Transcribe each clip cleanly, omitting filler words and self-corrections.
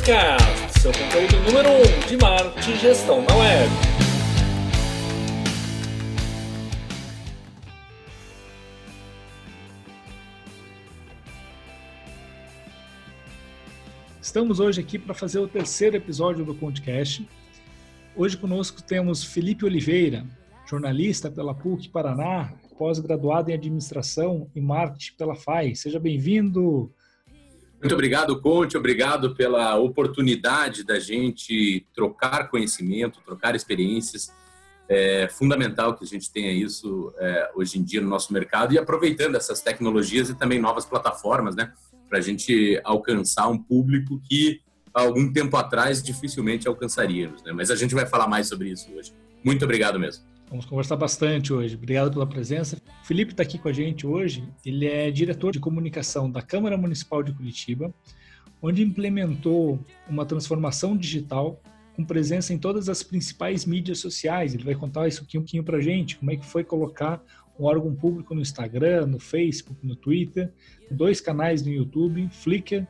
Podcast, seu conteúdo número 1 de marketing e gestão na web. Estamos hoje aqui para fazer o terceiro episódio do podcast. Hoje conosco temos Felipe Oliveira, jornalista pela PUC Paraná, pós-graduado em administração e marketing pela FAI. Seja bem-vindo. Muito obrigado, Conte. Obrigado pela oportunidade da gente trocar conhecimento, trocar experiências. É fundamental que a gente tenha isso hoje em dia no nosso mercado e aproveitando essas tecnologias e também novas plataformas, né, para a gente alcançar um público que há algum tempo atrás dificilmente alcançaríamos, né? Mas a gente vai falar mais sobre isso hoje. Muito obrigado mesmo. Vamos conversar bastante hoje. Obrigado pela presença. O Felipe está aqui com a gente hoje. Ele é diretor de comunicação da Câmara Municipal de Curitiba, onde implementou uma transformação digital com presença em todas as principais mídias sociais. Ele vai contar isso aqui um pouquinho para a gente, como é que foi colocar um órgão público no Instagram, no Facebook, no Twitter, 2 canais no YouTube, Flickr,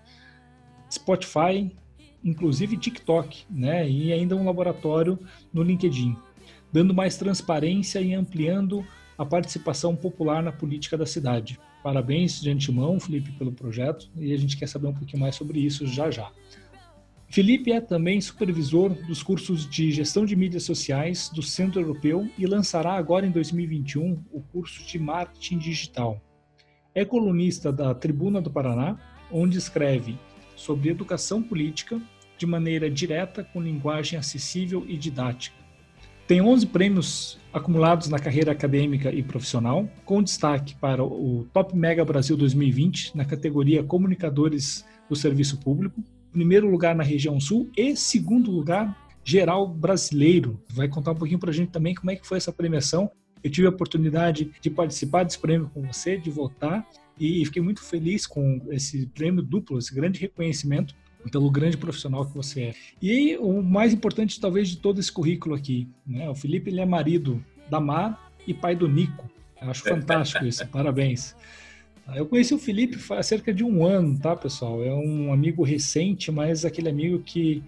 Spotify, inclusive TikTok, né? E ainda um laboratório no LinkedIn, dando mais transparência e ampliando a participação popular na política da cidade. Parabéns de antemão, Felipe, pelo projeto, e a gente quer saber um pouquinho mais sobre isso já já. Felipe é também supervisor dos cursos de gestão de mídias sociais do Centro Europeu e lançará agora em 2021 o curso de marketing digital. É colunista da Tribuna do Paraná, onde escreve sobre educação política de maneira direta, com linguagem acessível e didática. Tem 11 prêmios acumulados na carreira acadêmica e profissional, com destaque para o Top Mega Brasil 2020, na categoria Comunicadores do Serviço Público, primeiro lugar na região sul e segundo lugar geral brasileiro. Vai contar um pouquinho para a gente também como é que foi essa premiação. Eu tive a oportunidade de participar desse prêmio com você, de votar, e fiquei muito feliz com esse prêmio duplo, esse grande reconhecimento pelo grande profissional que você é. E o mais importante, talvez, de todo esse currículo aqui, né? O Felipe, ele é marido da Mar e pai do Nico. Eu acho fantástico isso, parabéns. Eu conheci o Felipe há cerca de 1 ano, tá, pessoal? É um amigo recente, mas aquele amigo que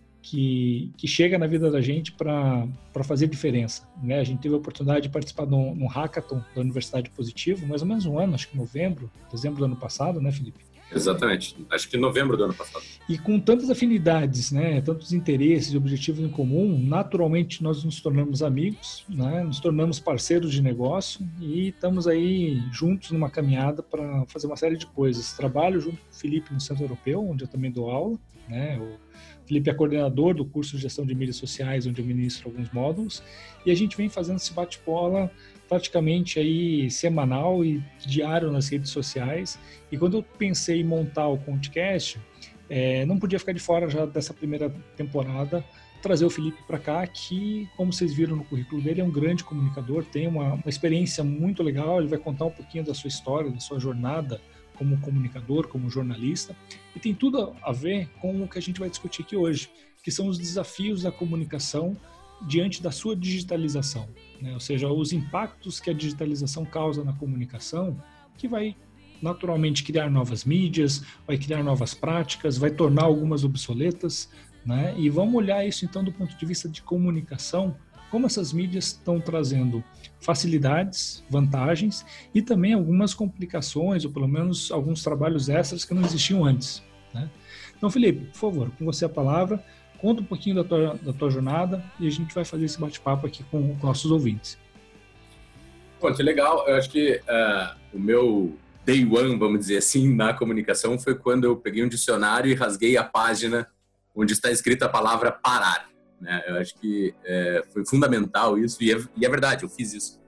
chega na vida da gente para fazer diferença, né? A gente teve a oportunidade de participar num hackathon da Universidade Positivo, mais ou menos 1 ano, acho que dezembro do ano passado, né, Felipe? Exatamente, acho que em novembro do ano passado. E com tantas afinidades, né, tantos interesses e objetivos em comum, naturalmente nós nos tornamos amigos, né, nos tornamos parceiros de negócio e estamos aí juntos numa caminhada para fazer uma série de coisas. Trabalho junto com o Felipe no Centro Europeu, onde eu também dou aula, né, o Felipe é coordenador do curso de gestão de mídias sociais, onde eu ministro alguns módulos, e a gente vem fazendo esse bate-bola praticamente aí semanal e diário nas redes sociais. E quando eu pensei em montar o podcast, não podia ficar de fora já dessa primeira temporada, trazer o Felipe para cá, que, como vocês viram no currículo dele, é um grande comunicador, tem uma experiência muito legal. Ele vai contar um pouquinho da sua história, da sua jornada como comunicador, como jornalista, e tem tudo a ver com o que a gente vai discutir aqui hoje, que são os desafios da comunicação diante da sua digitalização, né? Ou seja, os impactos que a digitalização causa na comunicação, que vai naturalmente criar novas mídias, vai criar novas práticas, vai tornar algumas obsoletas, né? E vamos olhar isso então do ponto de vista de comunicação, como essas mídias estão trazendo facilidades, vantagens e também algumas complicações, ou pelo menos alguns trabalhos extras que não existiam antes, né? Então, Felipe, por favor, com você a palavra. Conta um pouquinho da tua jornada e a gente vai fazer esse bate-papo aqui com nossos ouvintes. Pô, que legal. Eu acho que o meu day one, vamos dizer assim, na comunicação foi quando eu peguei um dicionário e rasguei a página onde está escrita a palavra parar, né? Eu acho que foi fundamental isso e é verdade, eu fiz isso.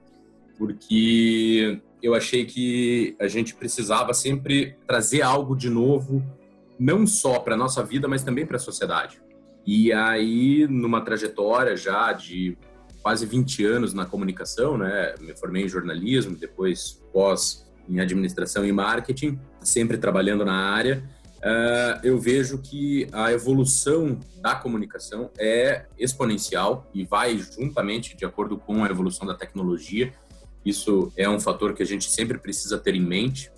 Porque eu achei que a gente precisava sempre trazer algo de novo, não só para a nossa vida, mas também para a sociedade. E aí, numa trajetória já de quase 20 anos na comunicação, né? Me formei em jornalismo, depois pós em administração e marketing, sempre trabalhando na área. Eu vejo que a evolução da comunicação é exponencial e vai juntamente de acordo com a evolução da tecnologia. Isso é um fator que a gente sempre precisa ter em mente,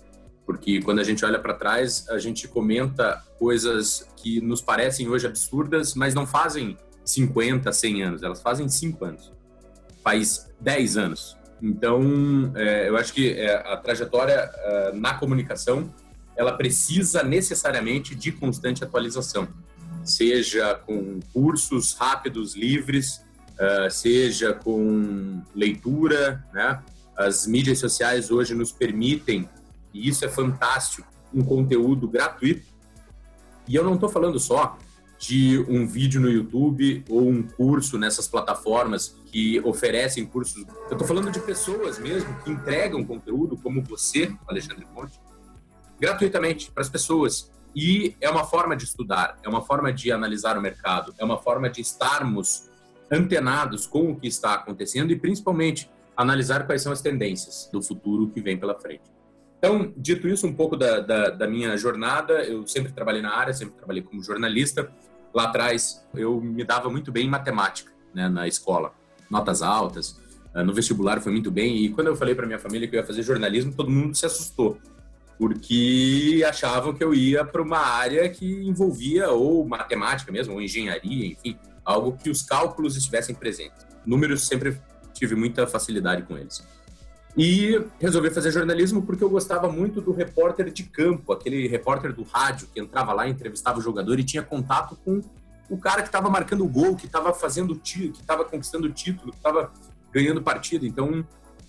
Porque quando a gente olha para trás, a gente comenta coisas que nos parecem hoje absurdas, mas não fazem 50, 100 anos, elas fazem 5 anos, faz 10 anos. Então, eu acho que a trajetória na comunicação, ela precisa necessariamente de constante atualização, seja com cursos rápidos, livres, seja com leitura, né? As mídias sociais hoje nos permitem, e isso é fantástico, um conteúdo gratuito. E eu não estou falando só de um vídeo no YouTube ou um curso nessas plataformas que oferecem cursos. Eu estou falando de pessoas mesmo que entregam conteúdo, como você, Alexandre Ponte, gratuitamente para as pessoas. E é uma forma de estudar, é uma forma de analisar o mercado, é uma forma de estarmos antenados com o que está acontecendo e, principalmente, analisar quais são as tendências do futuro que vem pela frente. Então, dito isso, um pouco da minha jornada, eu sempre trabalhei na área, sempre trabalhei como jornalista. Lá atrás, eu me dava muito bem em matemática, né, na escola, notas altas, no vestibular foi muito bem. E quando eu falei para minha família que eu ia fazer jornalismo, todo mundo se assustou, porque achavam que eu ia para uma área que envolvia ou matemática mesmo, ou engenharia, enfim, algo que os cálculos estivessem presentes. Números sempre tive muita facilidade com eles. E resolvi fazer jornalismo porque eu gostava muito do repórter de campo, aquele repórter do rádio que entrava lá, entrevistava o jogador e tinha contato com o cara que estava marcando o gol, que estava fazendo tiro, que estava conquistando o título, que estava ganhando partida. Então,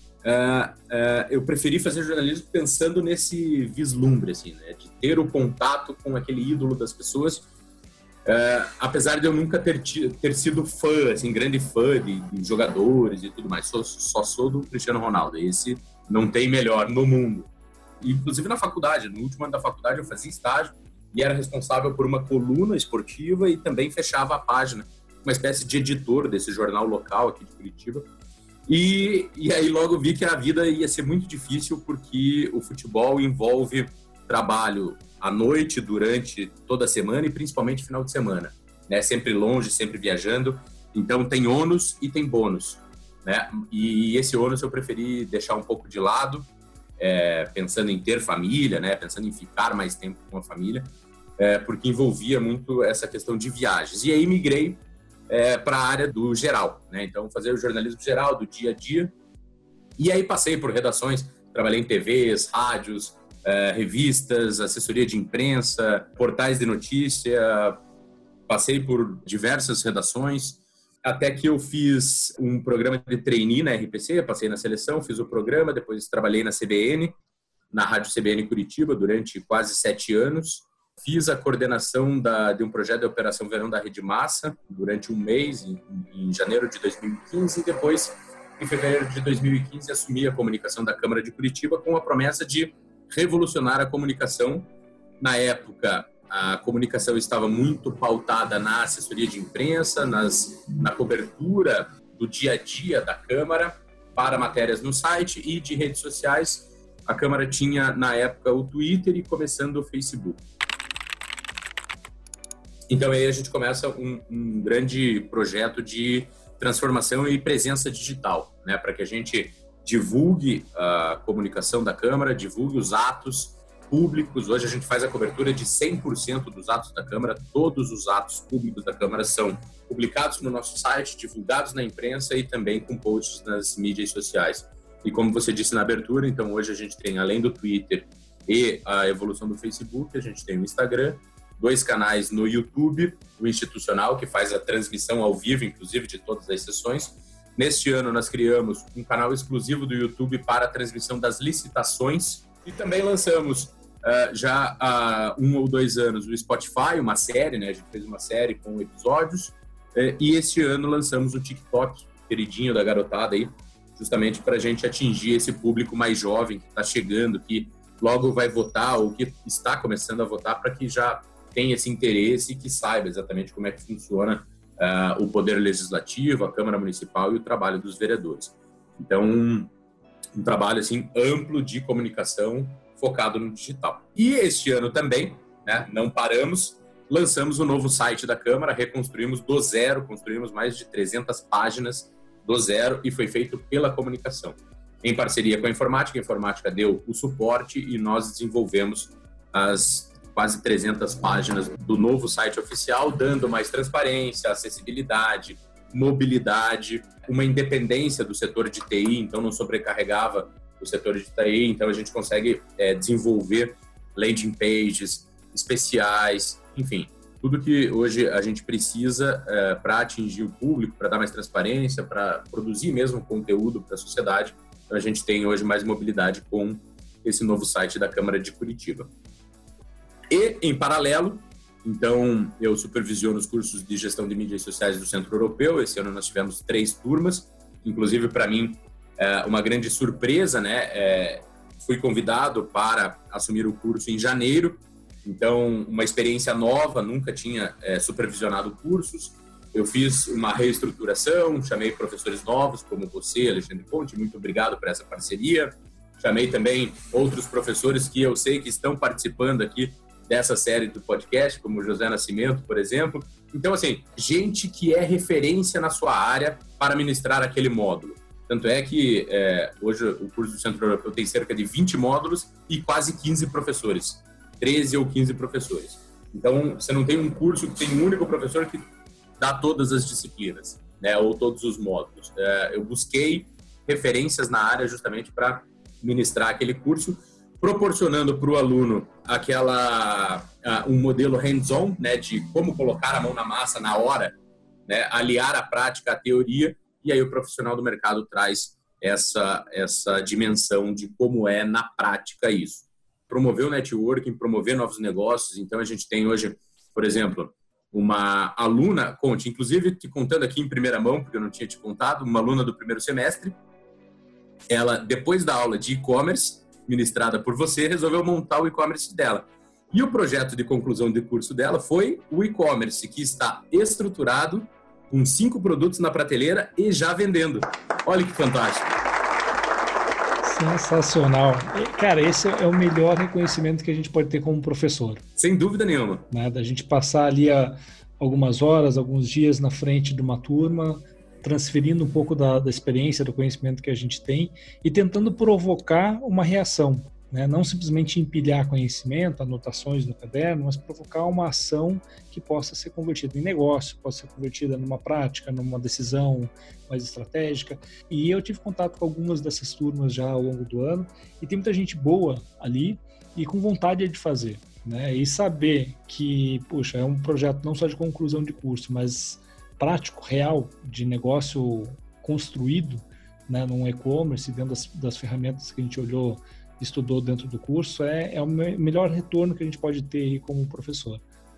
eu preferi fazer jornalismo pensando nesse vislumbre, assim, né, de ter o contato com aquele ídolo das pessoas. Apesar de eu nunca ter sido fã, assim, grande fã de jogadores e tudo mais, só sou do Cristiano Ronaldo. Esse não tem melhor no mundo. Inclusive na faculdade, no último ano da faculdade eu fazia estágio e era responsável por uma coluna esportiva e também fechava a página, uma espécie de editor desse jornal local aqui de Curitiba. E aí logo vi que a vida ia ser muito difícil porque o futebol envolve trabalho à noite, durante toda a semana e principalmente final de semana, né? Sempre longe, sempre viajando. Então tem ônus e tem bônus, né? E esse ônus eu preferi deixar um pouco de lado, pensando em ter família, né? Pensando em ficar mais tempo com a família, porque envolvia muito essa questão de viagens. E aí migrei para a área do geral, né? Então fazer o jornalismo geral, do dia a dia. E aí passei por redações, trabalhei em TVs, rádios, revistas, assessoria de imprensa, portais de notícia, passei por diversas redações, até que eu fiz um programa de trainee na RPC, passei na seleção, fiz o programa, depois trabalhei na CBN, na Rádio CBN Curitiba, durante quase 7 anos. Fiz a coordenação de um projeto de Operação Verão da Rede Massa, durante um mês, em janeiro de 2015, e depois, em fevereiro de 2015, assumi a comunicação da Câmara de Curitiba com a promessa de revolucionar a comunicação. Na época, a comunicação estava muito pautada na assessoria de imprensa, na cobertura do dia a dia da Câmara, para matérias no site e de redes sociais. A Câmara tinha, na época, o Twitter e começando o Facebook. Então, aí a gente começa um grande projeto de transformação e presença digital, né, para que a gente divulgue a comunicação da Câmara, divulgue os atos públicos. Hoje a gente faz a cobertura de 100% dos atos da Câmara. Todos os atos públicos da Câmara são publicados no nosso site, divulgados na imprensa e também com posts nas mídias sociais. E como você disse na abertura, então hoje a gente tem, além do Twitter e a evolução do Facebook, a gente tem o Instagram, 2 canais no YouTube, o institucional, que faz a transmissão ao vivo, inclusive, de todas as sessões. Neste ano, nós criamos um canal exclusivo do YouTube para a transmissão das licitações e também lançamos, já há 1 ou 2 anos, o Spotify, uma série, né? A gente fez uma série com episódios, e este ano lançamos o TikTok, queridinho da garotada aí, justamente para a gente atingir esse público mais jovem que está chegando, que logo vai votar ou que está começando a votar, para que já tenha esse interesse e que saiba exatamente como é que funciona o Poder Legislativo, a Câmara Municipal e o trabalho dos vereadores. Então, um trabalho assim, amplo de comunicação focado no digital. E este ano também, né, não paramos, lançamos o novo site da Câmara, reconstruímos do zero, construímos mais de 300 páginas do zero e foi feito pela comunicação. em parceria com a informática deu o suporte e nós desenvolvemos as quase 300 páginas do novo site oficial, dando mais transparência, acessibilidade, mobilidade, uma independência do setor de TI, então não sobrecarregava o setor de TI, então a gente consegue desenvolver landing pages especiais, enfim, tudo que hoje a gente precisa para atingir o público, para dar mais transparência, para produzir mesmo conteúdo para a sociedade. Então a gente tem hoje mais mobilidade com esse novo site da Câmara de Curitiba. E, em paralelo, então, eu supervisiono os cursos de gestão de mídias sociais do Centro Europeu. Esse ano nós tivemos 3 turmas. Inclusive, para mim, uma grande surpresa, né? Fui convidado para assumir o curso em janeiro. Então, uma experiência nova, nunca tinha supervisionado cursos. Eu fiz uma reestruturação, chamei professores novos, como você, Alexandre Ponte. Muito obrigado por essa parceria. Chamei também outros professores que eu sei que estão participando aqui dessa série do podcast, como o José Nascimento, por exemplo. Então, assim, gente que é referência na sua área para ministrar aquele módulo. Tanto é que hoje o curso do Centro Europeu tem cerca de 20 módulos e quase 15 professores, 13 ou 15 professores. Então, você não tem um curso que tem um único professor que dá todas as disciplinas, né, ou todos os módulos. Eu busquei referências na área justamente para ministrar aquele curso, proporcionando para o aluno um modelo hands-on, né, de como colocar a mão na massa na hora, né, aliar a prática à teoria, e aí o profissional do mercado traz essa dimensão de como é na prática isso. Promover o networking, promover novos negócios. Então a gente tem hoje, por exemplo, uma aluna, inclusive te contando aqui em primeira mão, porque eu não tinha te contado, uma aluna do primeiro semestre, ela, depois da aula de e-commerce, ministrada por você, resolveu montar o e-commerce dela. E o projeto de conclusão de curso dela foi o e-commerce, que está estruturado com 5 produtos na prateleira e já vendendo. Olha que fantástico. Sensacional. Cara, esse é o melhor reconhecimento que a gente pode ter como professor. Sem dúvida nenhuma. Né? Da gente passar ali algumas horas, alguns dias na frente de uma turma, transferindo um pouco da experiência, do conhecimento que a gente tem e tentando provocar uma reação, né? Não simplesmente empilhar conhecimento, anotações no caderno, mas provocar uma ação que possa ser convertida em negócio, possa ser convertida numa prática, numa decisão mais estratégica. E eu tive contato com algumas dessas turmas já ao longo do ano e tem muita gente boa ali e com vontade de fazer, né? E saber que, puxa, é um projeto não só de conclusão de curso, mas prático, real, de negócio construído, né, num e-commerce, dentro das ferramentas que a gente olhou, estudou dentro do curso, é o melhor retorno que a gente pode ter aí como professor.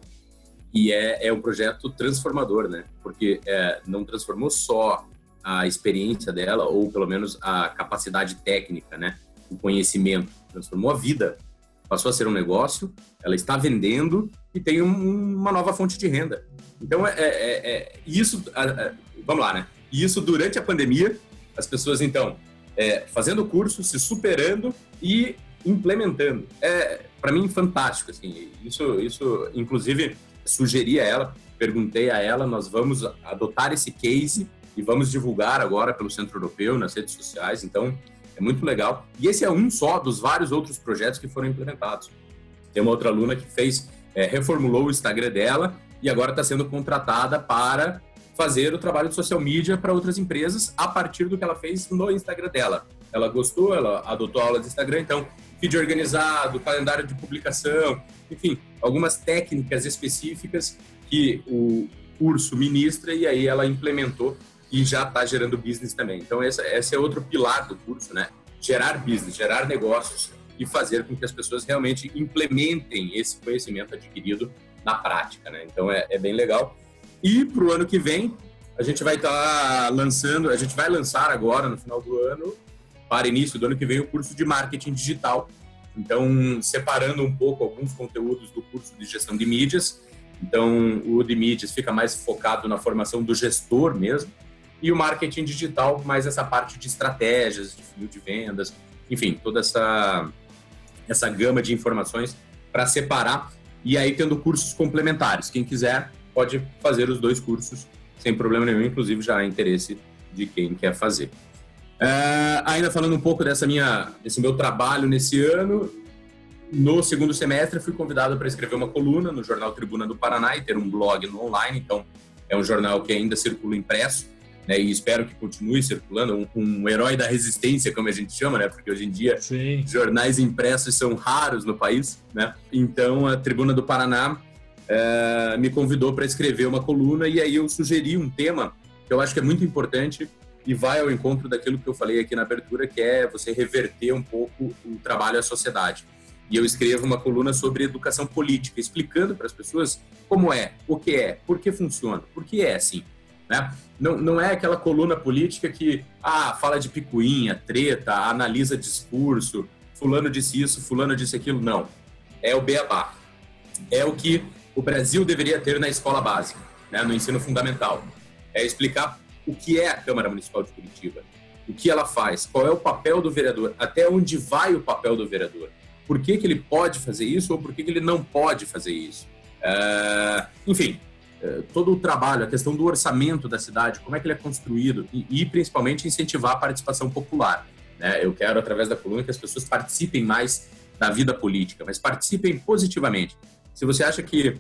E é um projeto transformador, né? Porque não transformou só a experiência dela, ou pelo menos a capacidade técnica, né? O conhecimento, transformou a vida. Passou a ser um negócio, ela está vendendo e tem uma nova fonte de renda. Então, isso, vamos lá, né? E isso durante a pandemia, as pessoas, então, fazendo o curso, se superando e implementando. Para mim, fantástico, assim. Isso, inclusive, sugeri a ela, perguntei a ela, nós vamos adotar esse case e vamos divulgar agora pelo Centro Europeu, nas redes sociais, então é muito legal. E esse é um só dos vários outros projetos que foram implementados. Tem uma outra aluna que reformulou o Instagram dela e agora está sendo contratada para fazer o trabalho de social media para outras empresas a partir do que ela fez no Instagram dela. Ela gostou, ela adotou a aula de Instagram, então feed organizado, calendário de publicação, enfim, algumas técnicas específicas que o curso ministra e aí ela implementou e já está gerando business também. Então esse é outro pilar do curso, né? Gerar business, gerar negócios e fazer com que as pessoas realmente implementem esse conhecimento adquirido na prática, né? Então é bem legal. E para o ano que vem, a gente vai lançar agora, no final do ano, para início do ano que vem, o curso de marketing digital. Então, separando um pouco alguns conteúdos do curso de gestão de mídias. Então, o de mídias fica mais focado na formação do gestor mesmo. E o marketing digital, mais essa parte de estratégias, de funil de vendas, enfim, toda essa gama de informações para separar. E aí, tendo cursos complementares. Quem quiser pode fazer os 2 cursos sem problema nenhum, inclusive já há interesse de quem quer fazer. Ainda falando um pouco desse meu trabalho nesse ano, no segundo semestre fui convidado para escrever uma coluna no jornal Tribuna do Paraná e ter um blog no online, então é um jornal que ainda circula impresso, né, e espero que continue circulando, um herói da resistência, como a gente chama, né, porque hoje em dia Sim. Jornais impressos são raros no país, né? Então a Tribuna do Paraná me convidou para escrever uma coluna e aí eu sugeri um tema que eu acho que é muito importante e vai ao encontro daquilo que eu falei aqui na abertura, que é você reverter um pouco o trabalho à sociedade. E eu escrevo uma coluna sobre educação política, explicando para as pessoas como é, o que é, por que funciona, por que é assim, né? Não é aquela coluna política que fala de picuinha, treta, analisa discurso, fulano disse isso, fulano disse aquilo, não. É o beabá. É o que o Brasil deveria ter na escola básica, né, no ensino fundamental. É explicar o que é a Câmara Municipal de Curitiba, o que ela faz, qual é o papel do vereador, até onde vai o papel do vereador, por que ele pode fazer isso ou por que ele não pode fazer isso. Enfim, todo o trabalho, a questão do orçamento da cidade, como é que ele é construído e principalmente incentivar a participação popular, né? Eu quero, através da coluna, que as pessoas participem mais da vida política, mas participem positivamente. Se você acha que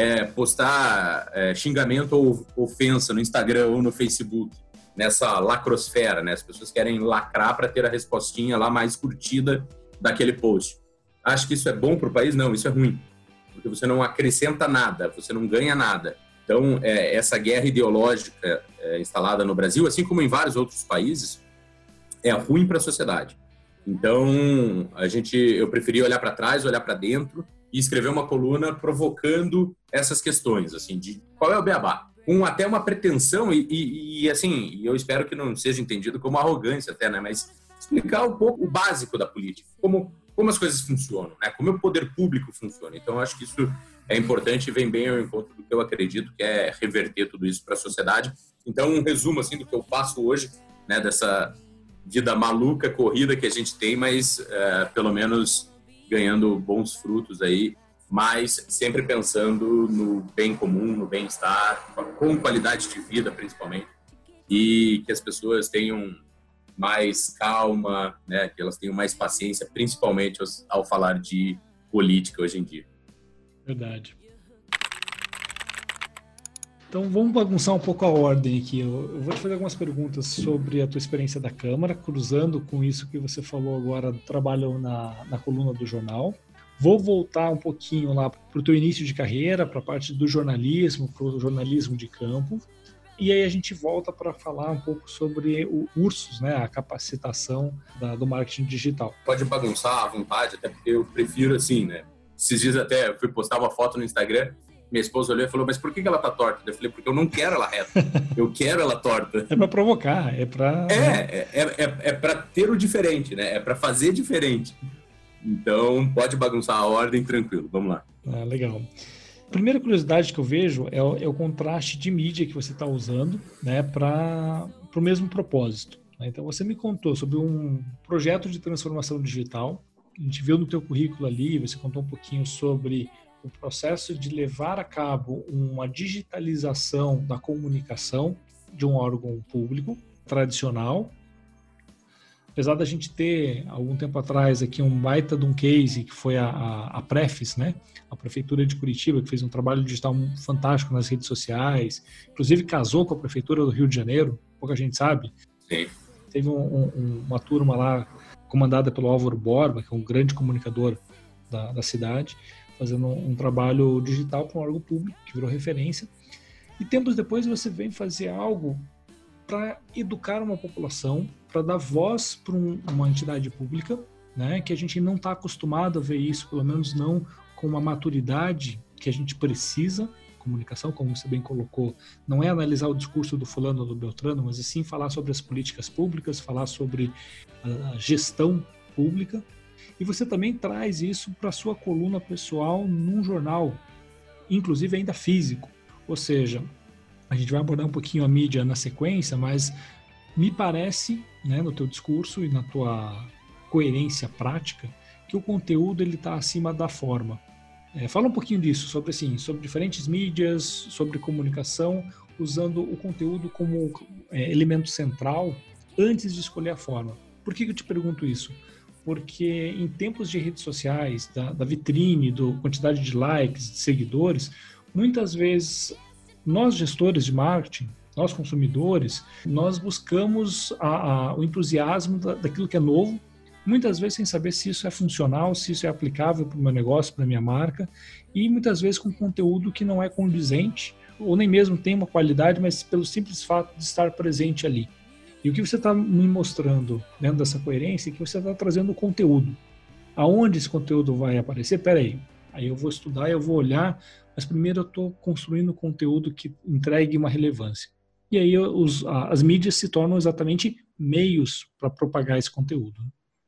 postar xingamento ou ofensa no Instagram ou no Facebook, nessa lacrosfera, né? As pessoas querem lacrar para ter a respostinha lá mais curtida daquele post. Acho que isso é bom para o país? Não, isso é ruim, porque você não acrescenta nada, você não ganha nada. Então, essa guerra ideológica instalada no Brasil, assim como em vários outros países, é ruim para a sociedade. Então, eu preferi olhar para trás, olhar para dentro e escrever uma coluna provocando essas questões, assim, de qual é o beabá, com até uma pretensão e assim, eu espero que não seja entendido como arrogância até, né, mas explicar um pouco o básico da política, como as coisas funcionam, né, como o poder público funciona. Então, eu acho que isso é importante e vem bem ao encontro do que eu acredito, que é reverter tudo isso para a sociedade. Então, um resumo, assim, do que eu faço hoje, né, dessa vida maluca, corrida que a gente tem, mas pelo menos ganhando bons frutos aí, mas sempre pensando no bem comum, no bem-estar, com qualidade de vida principalmente, e que as pessoas tenham mais calma, né, que elas tenham mais paciência, principalmente ao falar de política hoje em dia. Verdade. Então vamos bagunçar um pouco a ordem aqui. Eu vou te fazer algumas perguntas sobre a tua experiência da Câmara, cruzando com isso que você falou agora do trabalho na coluna do jornal. Vou voltar um pouquinho lá para o teu início de carreira, para a parte do jornalismo, para o jornalismo de campo. E aí a gente volta para falar um pouco sobre o Ursus, né, a capacitação do marketing digital. Pode bagunçar à vontade, até porque eu prefiro assim, né? Esses dias até eu fui postar uma foto no Instagram, minha esposa olhou e falou, mas por que ela tá torta? Eu falei, porque eu não quero ela reta, eu quero ela torta. É para provocar, é para... É para ter o diferente, né? É para fazer diferente. Então, pode bagunçar a ordem, tranquilo, vamos lá. Legal. A primeira curiosidade que eu vejo é o contraste de mídia que você está usando, né, para o mesmo propósito. Então, você me contou sobre um projeto de transformação digital, a gente viu no teu currículo ali, você contou um pouquinho sobre o processo de levar a cabo uma digitalização da comunicação de um órgão público tradicional. Apesar da gente ter, algum tempo atrás, aqui um baita de um case, que foi a Prefis, né? A Prefeitura de Curitiba, que fez um trabalho digital fantástico nas redes sociais, inclusive casou com a Prefeitura do Rio de Janeiro, pouca gente sabe. Sim. Teve uma turma lá, comandada pelo Álvaro Borba, que é um grande comunicador da cidade, fazendo um trabalho digital para um órgão público, que virou referência. E tempos depois você vem fazer algo para educar uma população, para dar voz para uma entidade pública, né, que a gente não está acostumado a ver isso, pelo menos não com uma maturidade que a gente precisa. Comunicação, como você bem colocou, não é analisar o discurso do fulano ou do Beltrano, mas sim falar sobre as políticas públicas, falar sobre a gestão pública. E você também traz isso para a sua coluna pessoal num jornal, inclusive ainda físico. Ou seja, a gente vai abordar um pouquinho a mídia na sequência, mas me parece, né, no teu discurso e na tua coerência prática, que o conteúdo está acima da forma. Fala um pouquinho disso, sobre diferentes mídias, sobre comunicação, usando o conteúdo como elemento central antes de escolher a forma. Por que eu te pergunto isso? Porque em tempos de redes sociais, da vitrine, da quantidade de likes, de seguidores, muitas vezes nós gestores de marketing, nós consumidores, nós buscamos o entusiasmo daquilo que é novo, muitas vezes sem saber se isso é funcional, se isso é aplicável para o meu negócio, para a minha marca, e muitas vezes com conteúdo que não é condizente, ou nem mesmo tem uma qualidade, mas pelo simples fato de estar presente ali. E o que você está me mostrando dentro dessa coerência é que você está trazendo o conteúdo. Aonde esse conteúdo vai aparecer? Peraí, aí eu vou estudar, eu vou olhar, mas primeiro eu estou construindo conteúdo que entregue uma relevância. E aí as mídias se tornam exatamente meios para propagar esse conteúdo.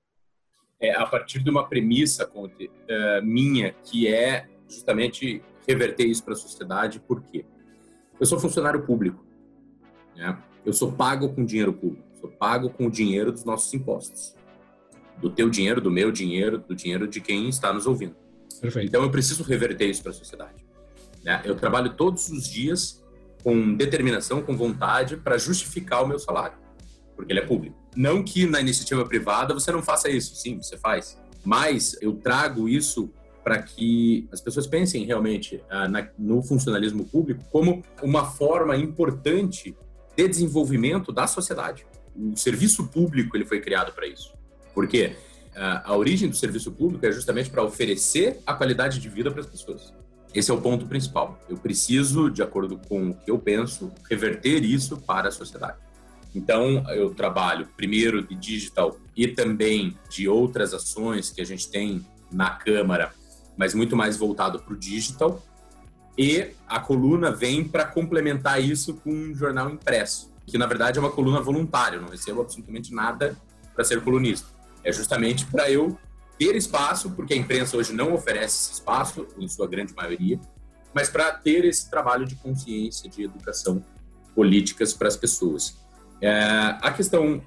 A partir de uma premissa minha, que é justamente reverter isso para a sociedade. Por quê? Eu sou funcionário público, né? Eu sou pago com dinheiro público, sou pago com o dinheiro dos nossos impostos, do teu dinheiro, do meu dinheiro, do dinheiro de quem está nos ouvindo. Perfeito. Então eu preciso reverter isso para a sociedade, né? Eu trabalho todos os dias com determinação, com vontade, para justificar o meu salário, porque ele é público. Não que na iniciativa privada você não faça isso, sim, você faz. Mas eu trago isso para que as pessoas pensem realmente no funcionalismo público como uma forma importante de desenvolvimento da sociedade. O serviço público ele foi criado para isso. Por quê? A origem do serviço público é justamente para oferecer a qualidade de vida para as pessoas. Esse é o ponto principal. Eu preciso, de acordo com o que eu penso, reverter isso para a sociedade. Então, eu trabalho primeiro de digital e também de outras ações que a gente tem na Câmara, mas muito mais voltado para o digital. E a coluna vem para complementar isso com um jornal impresso, que na verdade é uma coluna voluntária, eu não recebo absolutamente nada para ser colunista. É justamente para eu ter espaço, porque a imprensa hoje não oferece esse espaço, em sua grande maioria, mas para ter esse trabalho de consciência, de educação políticas para as pessoas. A questão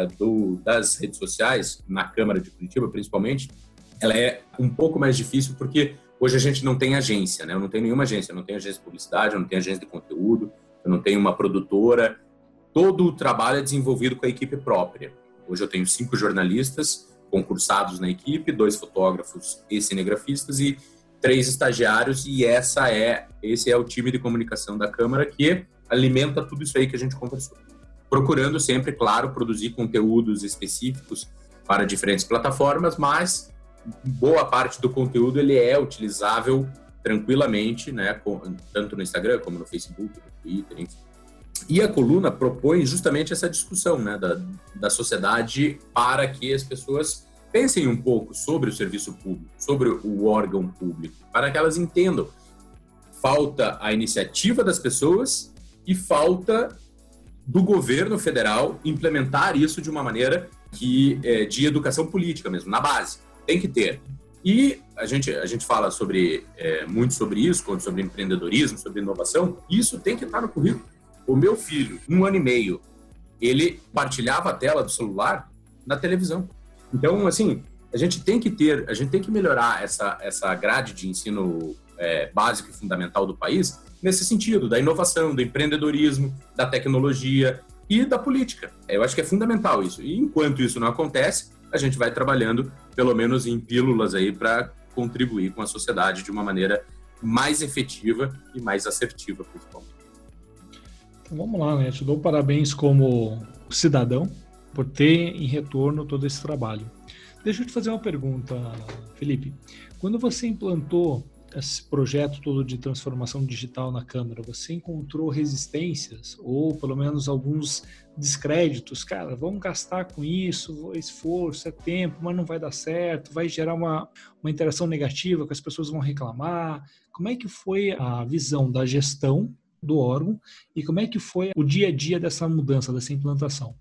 das redes sociais, na Câmara de Curitiba principalmente, ela é um pouco mais difícil porque hoje a gente não tem agência, né? Eu não tenho nenhuma agência, eu não tenho agência de publicidade, eu não tenho agência de conteúdo, eu não tenho uma produtora. Todo o trabalho é desenvolvido com a equipe própria. Hoje eu tenho 5 jornalistas concursados na equipe, 2 fotógrafos e cinegrafistas e 3 estagiários, e esse é o time de comunicação da Câmara que alimenta tudo isso aí que a gente conversou. Procurando sempre, claro, produzir conteúdos específicos para diferentes plataformas, mas boa parte do conteúdo ele é utilizável tranquilamente, né, tanto no Instagram como no Facebook, no Twitter, enfim. E a coluna propõe justamente essa discussão, né, da sociedade para que as pessoas pensem um pouco sobre o serviço público, sobre o órgão público, para que elas entendam. Falta a iniciativa das pessoas e falta do governo federal implementar isso de uma maneira de educação política mesmo, na base. Tem que ter. E a gente fala muito sobre isso, sobre empreendedorismo, sobre inovação. Isso tem que estar no currículo. O meu filho, 1 ano e meio, ele partilhava a tela do celular na televisão. Então, assim, a gente tem que melhorar essa grade de ensino básico e fundamental do país nesse sentido, da inovação, do empreendedorismo, da tecnologia e da política. Eu acho que é fundamental isso. E enquanto isso não acontece, a gente vai trabalhando, pelo menos em pílulas aí, para contribuir com a sociedade de uma maneira mais efetiva e mais assertiva, principalmente. Então vamos lá, né? Eu te dou parabéns como cidadão por ter em retorno todo esse trabalho. Deixa eu te fazer uma pergunta, Felipe. Quando você implantou esse projeto todo de transformação digital na Câmara, você encontrou resistências ou pelo menos alguns descréditos? Cara, vamos gastar com isso, esforço, é tempo, mas não vai dar certo, vai gerar uma interação negativa, que as pessoas vão reclamar. Como é que foi a visão da gestão do órgão e como é que foi o dia a dia dessa mudança, dessa implantação?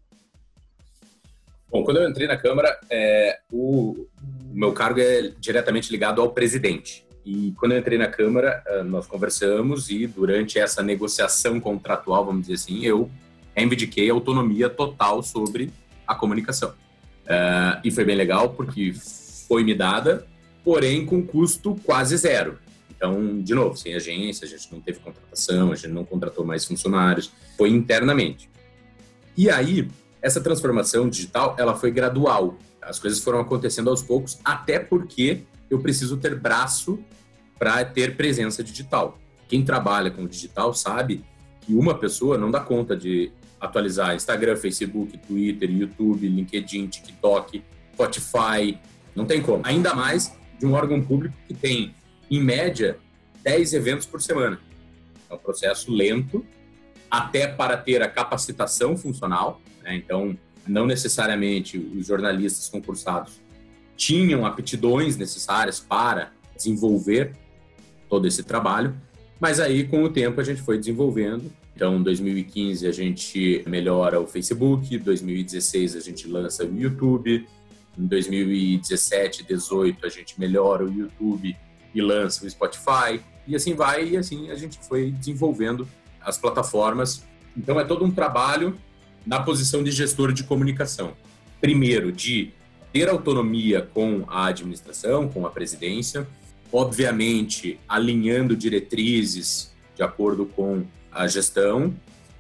Bom, quando eu entrei na Câmara, o meu cargo é diretamente ligado ao presidente. E quando eu entrei na Câmara, nós conversamos e durante essa negociação contratual, vamos dizer assim, eu reivindiquei autonomia total sobre a comunicação. E foi bem legal porque foi me dada, porém com custo quase zero. Então, de novo, sem agência, a gente não teve contratação, a gente não contratou mais funcionários, foi internamente. E aí, Essa transformação digital, ela foi gradual. As coisas foram acontecendo aos poucos, até porque eu preciso ter braço para ter presença digital. Quem trabalha com digital sabe que uma pessoa não dá conta de atualizar Instagram, Facebook, Twitter, YouTube, LinkedIn, TikTok, Spotify. Não tem como. Ainda mais de um órgão público que tem, em média, 10 eventos por semana. É um processo lento, até para ter a capacitação funcional, né? Então, não necessariamente os jornalistas concursados tinham aptidões necessárias para desenvolver todo esse trabalho, mas aí, com o tempo, a gente foi desenvolvendo. Então, em 2015, a gente melhora o Facebook, em 2016, a gente lança o YouTube, em 2017, 2018, a gente melhora o YouTube e lança o Spotify, e assim vai, e assim a gente foi desenvolvendo as plataformas. Então, é todo um trabalho na posição de gestor de comunicação. Primeiro, de ter autonomia com a administração, com a presidência, obviamente alinhando diretrizes de acordo com a gestão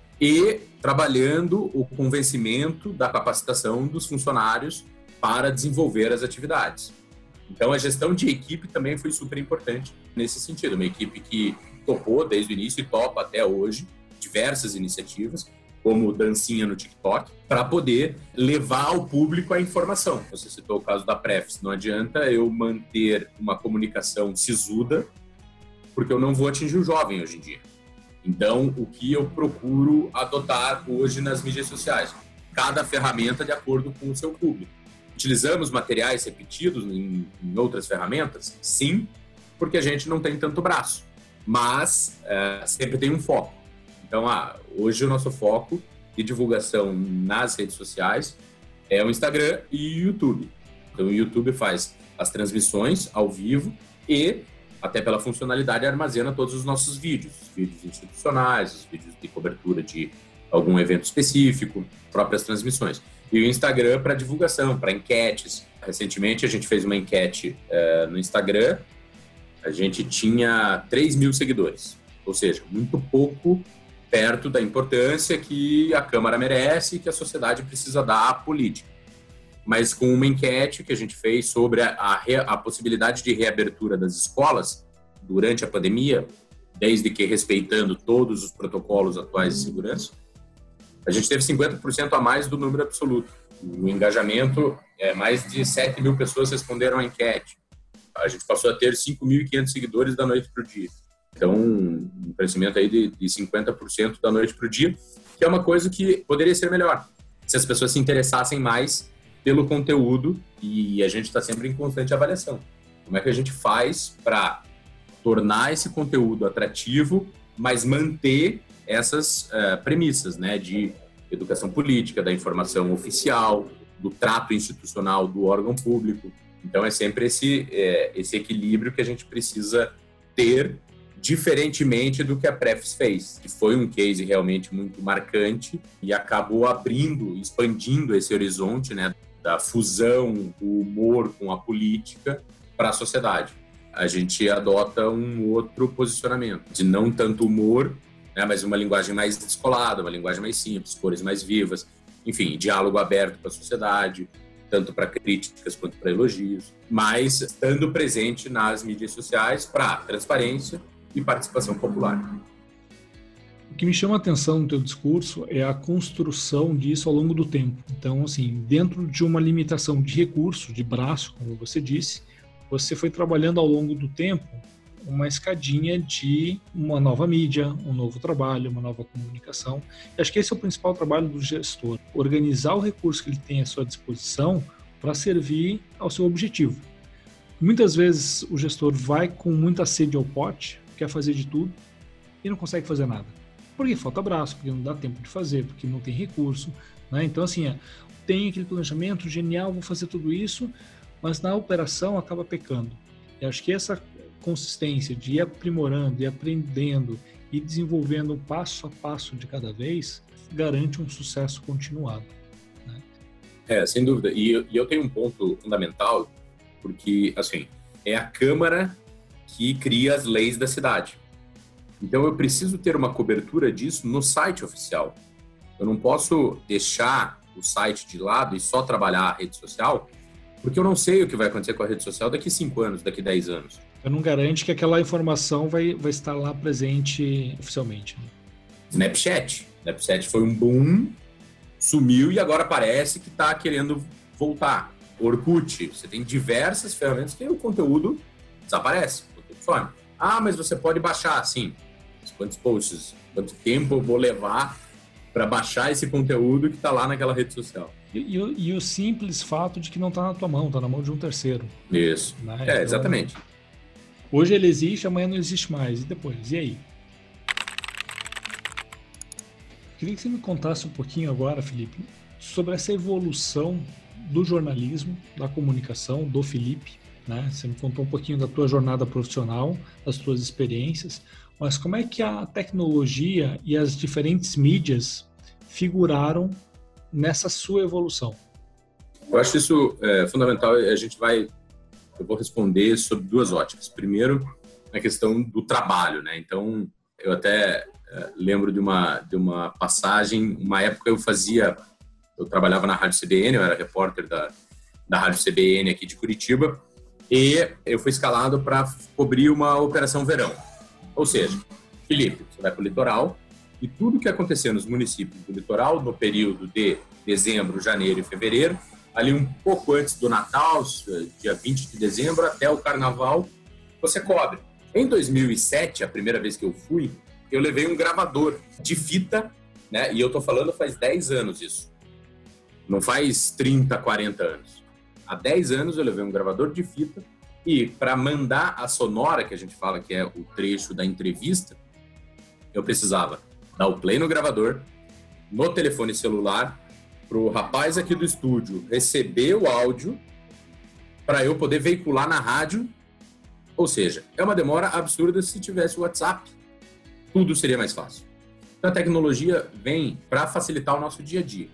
e trabalhando o convencimento da capacitação dos funcionários para desenvolver as atividades. Então, a gestão de equipe também foi super importante nesse sentido. Uma equipe que topou desde o início e topa até hoje diversas iniciativas, como dancinha no TikTok, para poder levar ao público a informação. Você citou o caso da Prefis. Não adianta eu manter uma comunicação sisuda, porque eu não vou atingir o jovem hoje em dia. Então, o que eu procuro adotar hoje nas mídias sociais? Cada ferramenta de acordo com o seu público. Utilizamos materiais repetidos em outras ferramentas? Sim, porque a gente não tem tanto braço. Mas sempre tem um foco. Então, hoje o nosso foco de divulgação nas redes sociais é o Instagram e o YouTube. Então, o YouTube faz as transmissões ao vivo e, até pela funcionalidade, armazena todos os nossos vídeos. Os vídeos institucionais, os vídeos de cobertura de algum evento específico, próprias transmissões. E o Instagram para divulgação, para enquetes. Recentemente, a gente fez uma enquete no Instagram. A gente tinha 3 mil seguidores. Ou seja, muito pouco perto da importância que a Câmara merece e que a sociedade precisa dar à política. Mas com uma enquete que a gente fez sobre a possibilidade de reabertura das escolas durante a pandemia, desde que respeitando todos os protocolos atuais de segurança, a gente teve 50% a mais do número absoluto. O engajamento, mais de 7 mil pessoas responderam à enquete. A gente passou a ter 5.500 seguidores da noite para o dia. Então, um crescimento aí de 50% da noite para o dia, que é uma coisa que poderia ser melhor, se as pessoas se interessassem mais pelo conteúdo, e a gente está sempre em constante avaliação. Como é que a gente faz para tornar esse conteúdo atrativo, mas manter essas premissas, né, de educação política, da informação oficial, do trato institucional do órgão público. Então, é sempre esse equilíbrio que a gente precisa ter, diferentemente do que a Prefis fez, que foi um case realmente muito marcante e acabou abrindo, expandindo esse horizonte, né, da fusão do humor com a política para a sociedade. A gente adota um outro posicionamento, de não tanto humor, né, mas uma linguagem mais descolada, uma linguagem mais simples, cores mais vivas, enfim, diálogo aberto com a sociedade, tanto para críticas quanto para elogios, mas estando presente nas mídias sociais para transparência e participação popular. O que me chama a atenção no teu discurso é a construção disso ao longo do tempo. Então, assim, dentro de uma limitação de recurso, de braço, como você disse, você foi trabalhando ao longo do tempo uma escadinha de uma nova mídia, um novo trabalho, uma nova comunicação. E acho que esse é o principal trabalho do gestor, organizar o recurso que ele tem à sua disposição para servir ao seu objetivo. Muitas vezes o gestor vai com muita sede ao pote, quer fazer de tudo e não consegue fazer nada. Porque falta braço, porque não dá tempo de fazer, porque não tem recurso, né? Então, assim, tem aquele planejamento genial, vou fazer tudo isso, mas na operação acaba pecando. E acho que essa consistência de ir aprimorando, e aprendendo e desenvolvendo passo a passo de cada vez garante um sucesso continuado, né? Sem dúvida. E eu tenho um ponto fundamental, porque, assim, é a Câmara que cria as leis da cidade. Então, eu preciso ter uma cobertura disso no site oficial. Eu não posso deixar o site de lado e só trabalhar a rede social, porque eu não sei o que vai acontecer com a rede social daqui 5 anos, daqui 10 anos. Eu não garante que aquela informação vai estar lá presente oficialmente. Né? Snapchat foi um boom, sumiu e agora parece que está querendo voltar. Orkut, você tem diversas ferramentas que o conteúdo desaparece, o conteúdo some. Ah, mas você pode baixar, sim. Quantos posts, quanto tempo eu vou levar para baixar esse conteúdo que está lá naquela rede social? E o simples fato de que não está na tua mão, está na mão de um terceiro. Isso, né? Então, exatamente. Hoje ele existe, amanhã não existe mais. E depois? E aí? Queria que você me contasse um pouquinho agora, Felipe, sobre essa evolução do jornalismo, da comunicação, do Felipe. Né? Você me contou um pouquinho da tua jornada profissional, das tuas experiências, mas como é que a tecnologia e as diferentes mídias figuraram nessa sua evolução? Eu acho isso fundamental. Eu vou responder sobre 2 óticas. Primeiro, na questão do trabalho, né? Então, eu até lembro de uma passagem. Uma época eu trabalhava na Rádio CBN, eu era repórter da Rádio CBN aqui de Curitiba, e eu fui escalado para cobrir uma operação verão. Ou seja, Felipe, você vai para o litoral e tudo que acontecer nos municípios do litoral no período de dezembro, janeiro e fevereiro, ali um pouco antes do Natal, dia 20 de dezembro, até o Carnaval, você cobre. Em 2007, a primeira vez que eu fui, eu levei um gravador de fita, né? E eu tô falando faz 10 anos isso. Não faz 30, 40 anos. Há 10 anos eu levei um gravador de fita e para mandar a sonora, que a gente fala que é o trecho da entrevista, eu precisava dar o play no gravador, no telefone celular, pro rapaz aqui do estúdio receber o áudio para eu poder veicular na rádio. Ou seja, é uma demora absurda. Se tivesse o WhatsApp, tudo seria mais fácil. Então a tecnologia vem para facilitar o nosso dia a dia.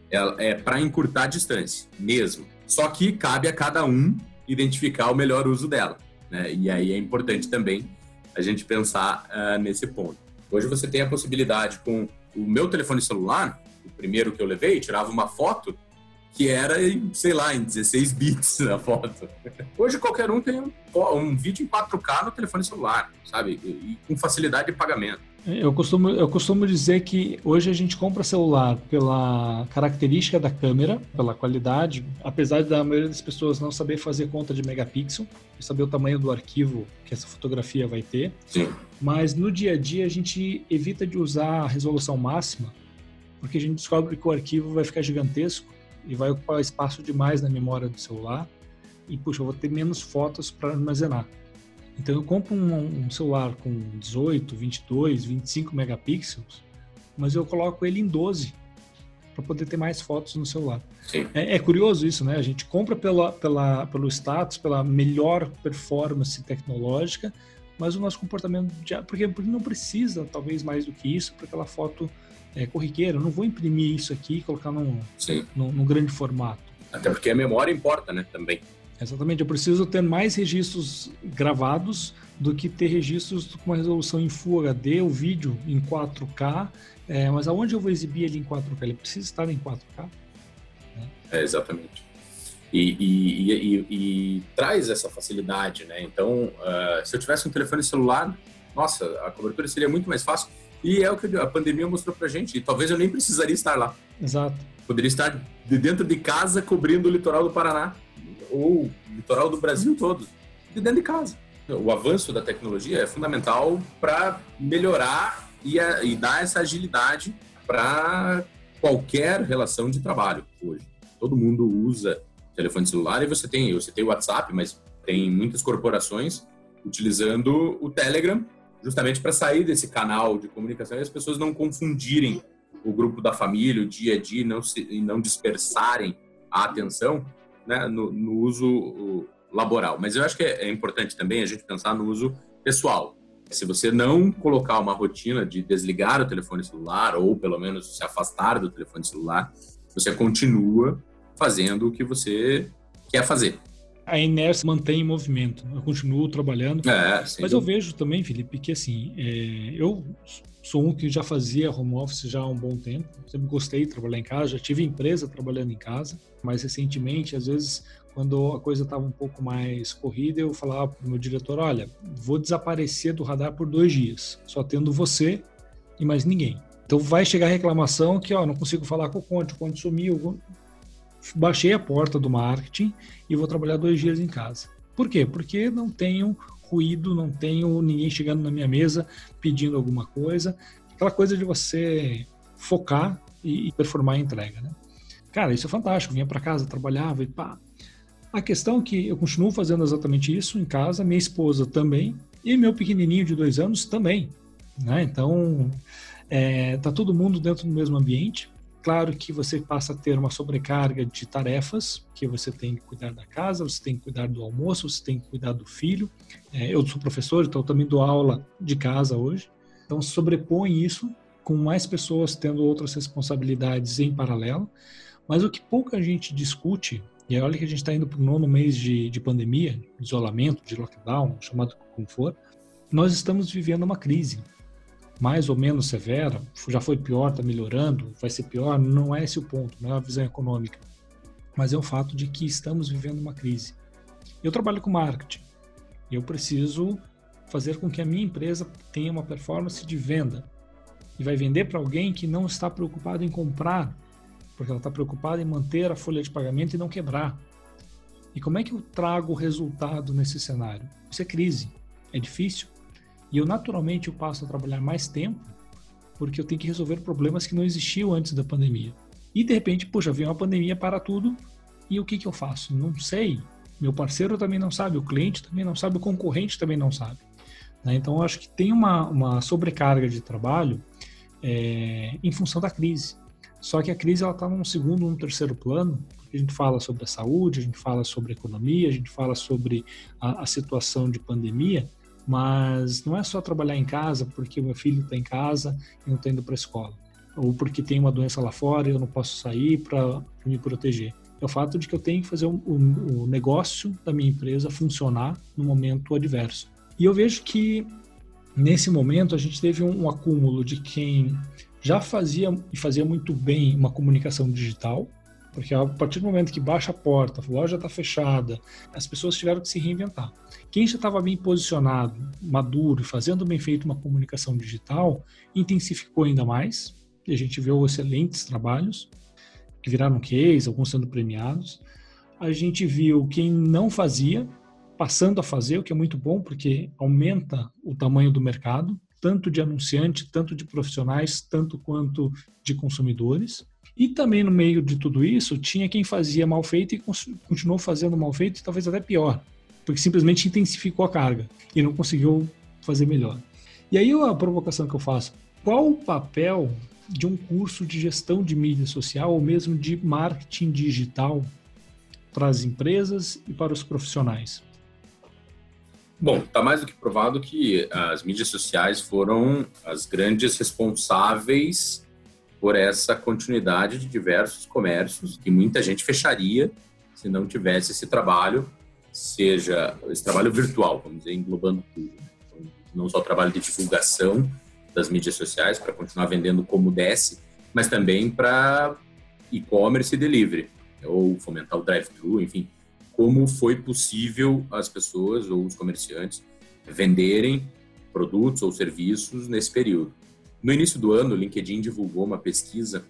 É para encurtar a distância mesmo. Só que cabe a cada um identificar o melhor uso dela, né? E aí é importante também a gente pensar nesse ponto. Hoje você tem a possibilidade com o meu telefone celular, o primeiro que eu levei, tirava uma foto que era, sei lá, em 16 bits a foto. Hoje qualquer um tem um vídeo em 4K no telefone celular, sabe? E com facilidade de pagamento. Eu costumo dizer que hoje a gente compra celular pela característica da câmera, pela qualidade, apesar da maioria das pessoas não saber fazer conta de megapixel, saber o tamanho do arquivo que essa fotografia vai ter. Sim. Mas no dia a dia a gente evita de usar a resolução máxima, porque a gente descobre que o arquivo vai ficar gigantesco e vai ocupar espaço demais na memória do celular e, puxa, eu vou ter menos fotos para armazenar. Então eu compro um celular com 18, 22, 25 megapixels, mas eu coloco ele em 12 para poder ter mais fotos no celular. É curioso isso, né? A gente compra pelo status, pela melhor performance tecnológica, mas o nosso comportamento porque não precisa talvez mais do que isso para aquela foto corriqueira. Eu não vou imprimir isso aqui e colocar num grande formato. Até porque a memória importa, né? Também. Exatamente, eu preciso ter mais registros gravados do que ter registros com uma resolução em Full HD, o vídeo em 4K, mas aonde eu vou exibir ele em 4K? Ele precisa estar em 4K? Né? Exatamente. E traz essa facilidade, né? Então, se eu tivesse um telefone celular, nossa, a cobertura seria muito mais fácil. E é o que a pandemia mostrou pra gente. E talvez eu nem precisaria estar lá. Exato. Poderia estar de dentro de casa cobrindo o litoral do Paraná. Ou o litoral do Brasil todo, de dentro de casa. O avanço da tecnologia é fundamental para melhorar e dar essa agilidade para qualquer relação de trabalho hoje. Todo mundo usa telefone celular e você tem o WhatsApp, mas tem muitas corporações utilizando o Telegram justamente para sair desse canal de comunicação e as pessoas não confundirem o grupo da família, o dia a dia, e não dispersarem a atenção, né, no uso laboral. Mas eu acho que é importante também a gente pensar no uso pessoal. Se você não colocar uma rotina de desligar o telefone celular ou pelo menos se afastar do telefone celular, você continua fazendo o que você quer fazer. a inércia mantém em movimento. Eu continuo trabalhando. Mas eu vejo também, Felipe, que assim, eu sou um que já fazia home office já há um bom tempo. Sempre gostei de trabalhar em casa, já tive empresa trabalhando em casa. Mais recentemente, às vezes, quando a coisa estava um pouco mais corrida, eu falava para o meu diretor, olha, vou desaparecer do radar por 2 dias, só tendo você e mais ninguém. Então vai chegar a reclamação que não consigo falar com o Conte sumiu. Baixei a porta do marketing e vou trabalhar 2 dias em casa. Por quê? Porque não tenho ruído, não tenho ninguém chegando na minha mesa pedindo alguma coisa. Aquela coisa de você focar e performar a entrega, né? Cara, isso é fantástico. Vinha para casa, trabalhava e pá. A questão é que eu continuo fazendo exatamente isso em casa, minha esposa também e meu pequenininho de 2 anos também, né? Então, tá todo mundo dentro do mesmo ambiente. Claro que você passa a ter uma sobrecarga de tarefas, que você tem que cuidar da casa, você tem que cuidar do almoço, você tem que cuidar do filho. Eu sou professor, então eu também dou aula de casa hoje. Então sobrepõe isso com mais pessoas tendo outras responsabilidades em paralelo. Mas o que pouca gente discute, e olha que a gente está indo para o 9º mês de pandemia, de isolamento, de lockdown, chamado como for, nós estamos vivendo uma crise. Mais ou menos severa, já foi pior, está melhorando, vai ser pior, não é esse o ponto, não é a visão econômica, mas é o fato de que estamos vivendo uma crise. Eu trabalho com marketing, eu preciso fazer com que a minha empresa tenha uma performance de venda, e vai vender para alguém que não está preocupado em comprar, porque ela está preocupada em manter a folha de pagamento e não quebrar. E como é que eu trago resultado nesse cenário? Isso é crise, é difícil. E eu naturalmente passo a trabalhar mais tempo porque eu tenho que resolver problemas que não existiam antes da pandemia. E de repente, vem uma pandemia para tudo e o que eu faço? Não sei. Meu parceiro também não sabe, o cliente também não sabe, o concorrente também não sabe. Né? Então, eu acho que tem uma sobrecarga de trabalho em função da crise. Só que a crise está num 2º, num 3º plano, porque a gente fala sobre a saúde, a gente fala sobre a economia, a gente fala sobre a situação de pandemia, mas não é só trabalhar em casa porque o meu filho está em casa e não está indo para a escola, ou porque tem uma doença lá fora e eu não posso sair para me proteger. É o fato de que eu tenho que fazer o negócio da minha empresa funcionar no momento adverso. E eu vejo que nesse momento a gente teve um acúmulo de quem já fazia e fazia muito bem uma comunicação digital, porque a partir do momento que baixa a porta, a loja está fechada, as pessoas tiveram que se reinventar. Quem já estava bem posicionado, maduro e fazendo bem feito uma comunicação digital, intensificou ainda mais, e a gente viu excelentes trabalhos, que viraram case, alguns sendo premiados. A gente viu quem não fazia, passando a fazer, o que é muito bom, porque aumenta o tamanho do mercado, tanto de anunciante, tanto de profissionais, tanto quanto de consumidores. E também no meio de tudo isso, tinha quem fazia mal feito e continuou fazendo mal feito, e talvez até pior, porque simplesmente intensificou a carga e não conseguiu fazer melhor. E aí a provocação que eu faço, qual o papel de um curso de gestão de mídia social ou mesmo de marketing digital para as empresas e para os profissionais? Bom, está mais do que provado que as mídias sociais foram as grandes responsáveis por essa continuidade de diversos comércios que muita gente fecharia se não tivesse esse trabalho, seja esse trabalho virtual, vamos dizer, englobando tudo. Então, não só o trabalho de divulgação das mídias sociais para continuar vendendo como desce, mas também para e-commerce e delivery, ou fomentar o drive-thru, enfim, como foi possível as pessoas ou os comerciantes venderem produtos ou serviços nesse período. No início do ano, o LinkedIn divulgou uma pesquisa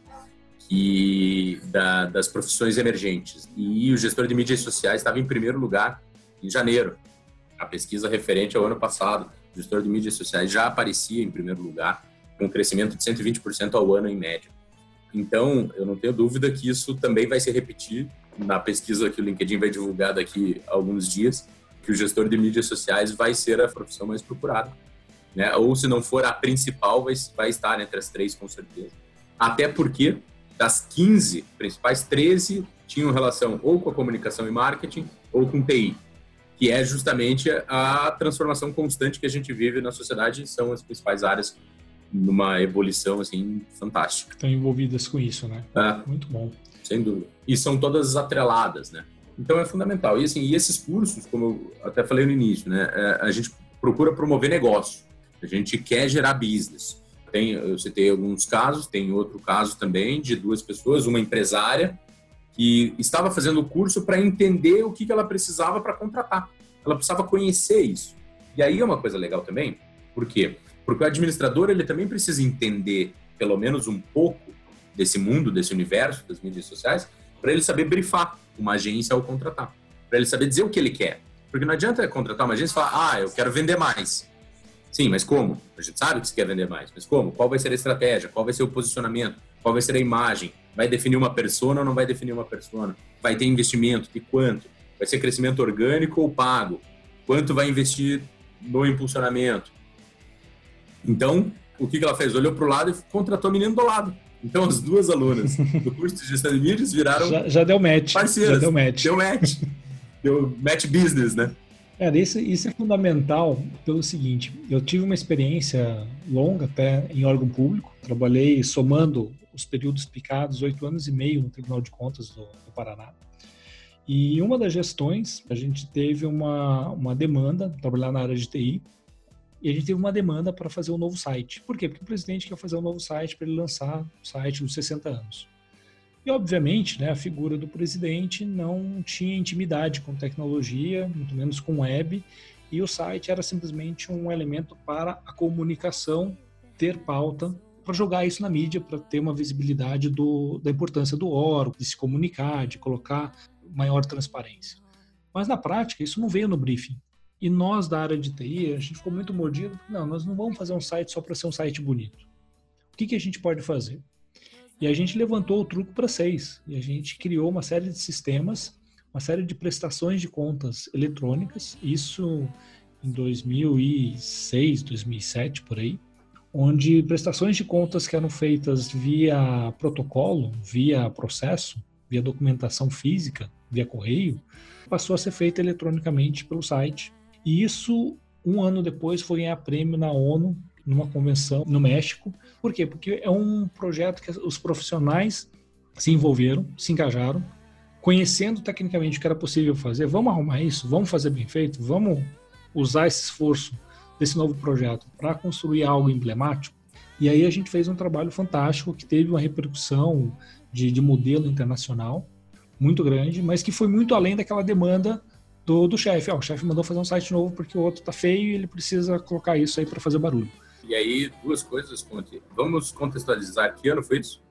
das profissões emergentes e o gestor de mídias sociais estava em primeiro lugar em janeiro. A pesquisa referente ao ano passado, o gestor de mídias sociais já aparecia em primeiro lugar, com um crescimento de 120% ao ano em média. Então, eu não tenho dúvida que isso também vai se repetir na pesquisa que o LinkedIn vai divulgar daqui a alguns dias, que o gestor de mídias sociais vai ser a profissão mais procurada. Né? Ou se não for a principal, vai estar entre as 3 com certeza. Até porque das 15 principais, 13 tinham relação ou com a comunicação e marketing ou com TI, que é justamente a transformação constante que a gente vive na sociedade, são as principais áreas numa ebulição assim fantástica. Estão envolvidas com isso, né? Muito bom. Sem dúvida. E são todas atreladas, né? Então é fundamental. E assim, e esses cursos, como eu até falei no início, né, a gente procura promover negócio. A gente quer gerar business. Eu citei alguns casos, tem outro caso também de 2 pessoas, uma empresária que estava fazendo o curso para entender o que ela precisava para contratar. Ela precisava conhecer isso. E aí é uma coisa legal também, por quê? Porque o administrador ele também precisa entender pelo menos um pouco desse mundo, desse universo das mídias sociais, para ele saber brifar uma agência ao contratar, para ele saber dizer o que ele quer. Porque não adianta contratar uma agência e falar, eu quero vender mais. Sim, mas como? A gente sabe que você quer vender mais, mas como? Qual vai ser a estratégia? Qual vai ser o posicionamento? Qual vai ser a imagem? Vai definir uma persona ou não vai definir uma persona? Vai ter investimento? De quanto? Vai ser crescimento orgânico ou pago? Quanto vai investir no impulsionamento? Então, o que ela fez? Olhou para o lado e contratou o menino do lado. Então, as 2 alunas do curso de gestão de mídias viraram já deu match. Parceiras. Já deu match. Deu match. Deu match business, né? Cara, isso é fundamental pelo seguinte, eu tive uma experiência longa até em órgão público, trabalhei somando os períodos picados 8 anos e meio no Tribunal de Contas do Paraná. E uma das gestões, a gente teve uma demanda, trabalhar na área de TI, e a gente teve uma demanda para fazer um novo site. Por quê? Porque o presidente quer fazer um novo site para ele lançar o site dos 60 anos. E, obviamente, né, a figura do presidente não tinha intimidade com tecnologia, muito menos com web, e o site era simplesmente um elemento para a comunicação ter pauta, para jogar isso na mídia, para ter uma visibilidade da importância do órgão, de se comunicar, de colocar maior transparência. Mas, na prática, isso não veio no briefing. E nós, da área de TI, a gente ficou muito mordido. Não, nós não vamos fazer um site só para ser um site bonito. O que a gente pode fazer? E a gente levantou o truco para 6. E a gente criou uma série de sistemas, uma série de prestações de contas eletrônicas, isso em 2006, 2007, por aí, onde prestações de contas que eram feitas via protocolo, via processo, via documentação física, via correio, passou a ser feita eletronicamente pelo site. E isso, 1 ano depois, foi ganhar prêmio na ONU, numa convenção no México. Por quê? Porque é um projeto que os profissionais se envolveram, se engajaram, conhecendo tecnicamente o que era possível fazer. Vamos arrumar isso? Vamos fazer bem feito? Vamos usar esse esforço desse novo projeto para construir algo emblemático? E aí a gente fez um trabalho fantástico que teve uma repercussão de modelo internacional muito grande, mas que foi muito além daquela demanda do chefe. O chefe mandou fazer um site novo porque o outro tá feio e ele precisa colocar isso aí para fazer barulho. E aí, 2 coisas, Conte. Vamos contextualizar que ano foi isso?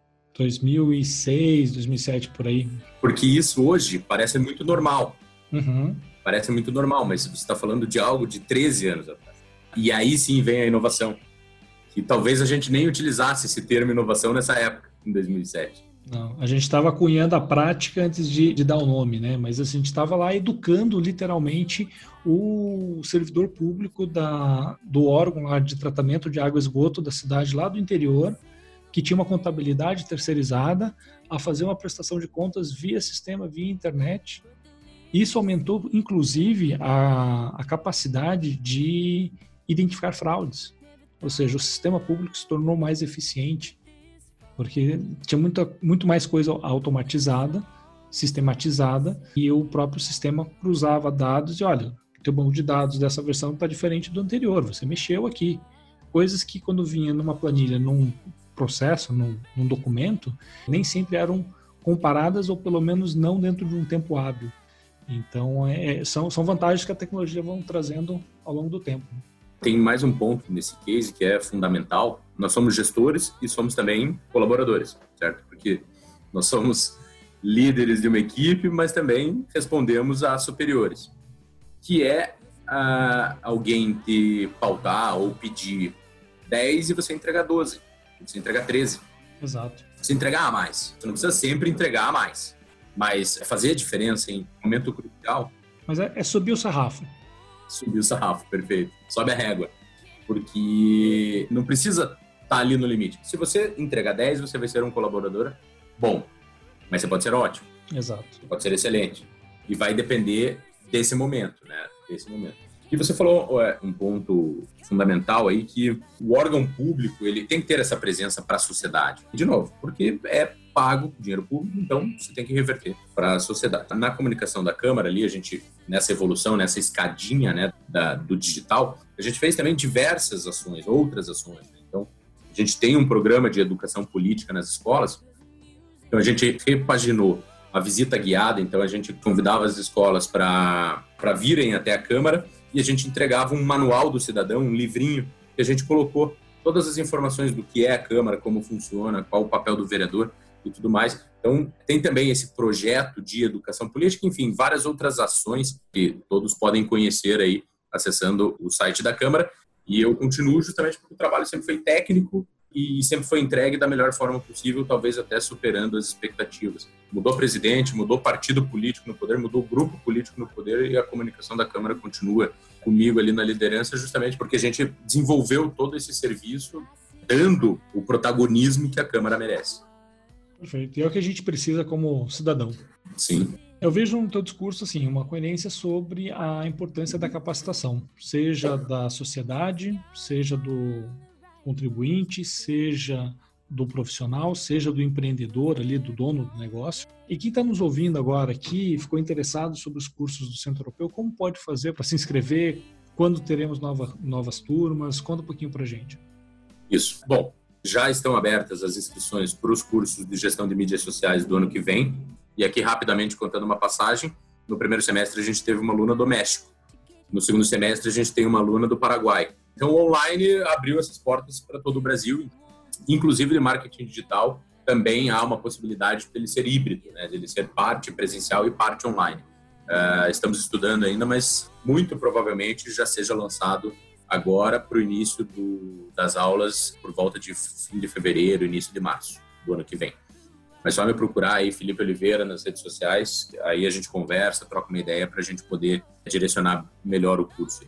2006, 2007, por aí. Porque isso hoje parece muito normal. Uhum. Parece muito normal, mas você está falando de algo de 13 anos atrás. E aí sim vem a inovação. Que talvez a gente nem utilizasse esse termo inovação nessa época, em 2007. Não, a gente estava cunhando a prática antes de dar o nome, né? Mas a gente estava lá educando literalmente o servidor público do órgão lá de tratamento de água e esgoto da cidade lá do interior, que tinha uma contabilidade terceirizada, a fazer uma prestação de contas via sistema, via internet. Isso aumentou, inclusive, a capacidade de identificar fraudes. Ou seja, o sistema público se tornou mais eficiente, porque tinha muito mais coisa automatizada, sistematizada, e o próprio sistema cruzava dados e, olha, o teu banco de dados dessa versão está diferente do anterior, você mexeu aqui. Coisas que quando vinha numa planilha, num processo, num documento, nem sempre eram comparadas ou pelo menos não dentro de um tempo hábil. Então, são vantagens que a tecnologia vão trazendo ao longo do tempo. Tem mais um ponto nesse case que é fundamental. Nós somos gestores e somos também colaboradores, certo? Porque nós somos líderes de uma equipe, mas também respondemos a superiores. Que é alguém te pautar ou pedir 10 e você entregar 12. Você entregar 13. Exato. Você entregar a mais. Você não precisa sempre entregar a mais. Mas fazer a diferença em momento crucial... Mas é subir o sarrafo. Subir o sarrafo, perfeito. Sobe a régua. Porque não precisa estar ali no limite. Se você entregar 10, você vai ser um colaborador bom. Mas você pode ser ótimo. Exato. Você pode ser excelente. E vai depender desse momento, né? Desse momento. E você falou um ponto fundamental aí, que o órgão público ele tem que ter essa presença para a sociedade. De novo, porque é pago, dinheiro público, então você tem que reverter para a sociedade. Na comunicação da Câmara ali, a gente, nessa evolução, nessa escadinha, né, do digital, a gente fez também diversas ações, outras ações. Então, a gente tem um programa de educação política nas escolas, então a gente repaginou a visita guiada, então a gente convidava as escolas para virem até a Câmara e a gente entregava um manual do cidadão, um livrinho, que a gente colocou todas as informações do que é a Câmara, como funciona, qual o papel do vereador e tudo mais. Então, tem também esse projeto de educação política, enfim, várias outras ações que todos podem conhecer aí acessando o site da Câmara. E eu continuo justamente porque o trabalho sempre foi técnico e sempre foi entregue da melhor forma possível, talvez até superando as expectativas. Mudou presidente, mudou partido político no poder, mudou grupo político no poder e a comunicação da Câmara continua comigo ali na liderança, justamente porque a gente desenvolveu todo esse serviço dando o protagonismo que a Câmara merece. Perfeito. E é o que a gente precisa como cidadão. Sim. Eu vejo no teu discurso assim, uma coerência sobre a importância da capacitação, seja da sociedade, seja do contribuinte, seja do profissional, seja do empreendedor ali, do dono do negócio. E quem está nos ouvindo agora aqui, ficou interessado sobre os cursos do Centro Europeu, como pode fazer para se inscrever? Quando teremos novas turmas? Conta um pouquinho para a gente. Isso. Bom, já estão abertas as inscrições para os cursos de gestão de mídias sociais do ano que vem. E aqui, rapidamente, contando uma passagem, no primeiro semestre a gente teve uma aluna do México. No segundo semestre a gente tem uma aluna do Paraguai. Então, o online abriu essas portas para todo o Brasil. Inclusive, de marketing digital, também há uma possibilidade de ele ser híbrido, né? De ele ser parte presencial e parte online. Estamos estudando ainda, mas muito provavelmente já seja lançado agora para o início das aulas por volta de fim de fevereiro, início de março do ano que vem. Mas só me procurar aí, Felipe Oliveira, nas redes sociais, aí a gente conversa, troca uma ideia para a gente poder direcionar melhor o curso.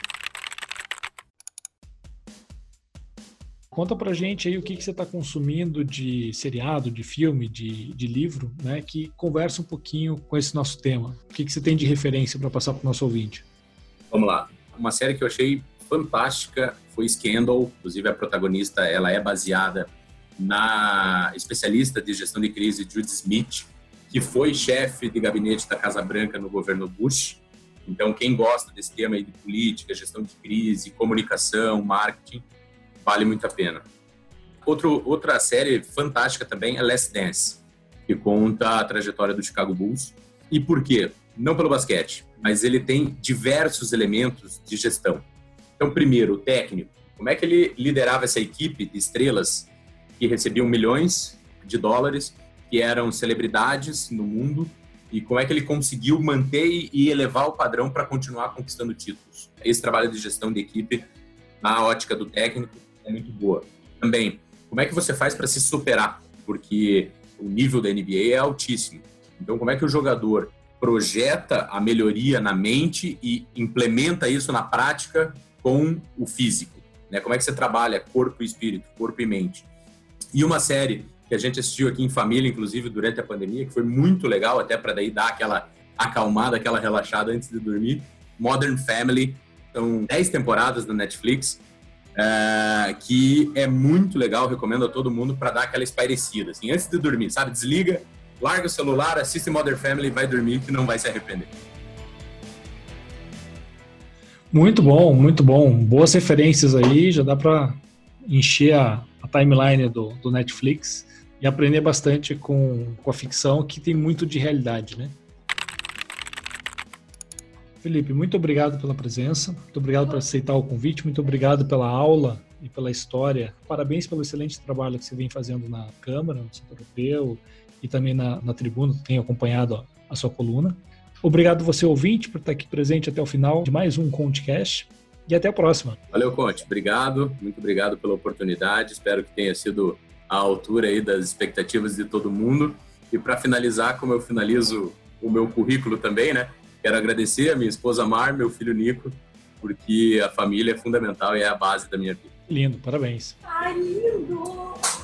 Conta pra gente aí o que você está consumindo de seriado, de filme, de livro, né, que conversa um pouquinho com esse nosso tema. O que você tem de referência para passar para o nosso ouvinte? Vamos lá. Uma série que eu achei fantástica foi Scandal. Inclusive, a protagonista ela é baseada na especialista de gestão de crise Judy Smith, que foi chefe de gabinete da Casa Branca no governo Bush. Então, quem gosta desse tema aí de política, gestão de crise, comunicação, marketing, vale muito a pena. Outra série fantástica também é Last Dance, que conta a trajetória do Chicago Bulls. E por quê? Não pelo basquete, mas ele tem diversos elementos de gestão. Então, primeiro, o técnico. Como é que ele liderava essa equipe de estrelas que recebiam milhões de dólares, que eram celebridades no mundo, e como é que ele conseguiu manter e elevar o padrão para continuar conquistando títulos. Esse trabalho de gestão de equipe, na ótica do técnico, é muito boa. Também, como é que você faz para se superar? Porque o nível da NBA é altíssimo. Então, como é que o jogador projeta a melhoria na mente e implementa isso na prática com o físico? Né? Como é que você trabalha corpo e espírito, corpo e mente? E uma série que a gente assistiu aqui em família, inclusive, durante a pandemia, que foi muito legal, até para daí dar aquela acalmada, aquela relaxada antes de dormir, Modern Family. São 10 temporadas da Netflix, que é muito legal, recomendo a todo mundo para dar aquela espairecida, assim, antes de dormir, sabe? Desliga, larga o celular, assiste Modern Family e vai dormir, que não vai se arrepender. Muito bom, muito bom. Boas referências aí, já dá para encher a timeline do Netflix e aprender bastante com a ficção, que tem muito de realidade, né? Felipe, muito obrigado pela presença, muito obrigado por aceitar o convite, muito obrigado pela aula e pela história. Parabéns pelo excelente trabalho que você vem fazendo na Câmara, no Centro Europeu e também na Tribuna, tenho acompanhado a sua coluna. Obrigado você, ouvinte, por estar aqui presente até o final de mais um ConteCast e até a próxima. Valeu, Conte. Obrigado, muito obrigado pela oportunidade. Espero que tenha sido à altura aí das expectativas de todo mundo. E para finalizar, como eu finalizo o meu currículo também, né? Quero agradecer a minha esposa Mar, meu filho Nico, porque a família é fundamental e é a base da minha vida. Lindo, parabéns. Ai, lindo!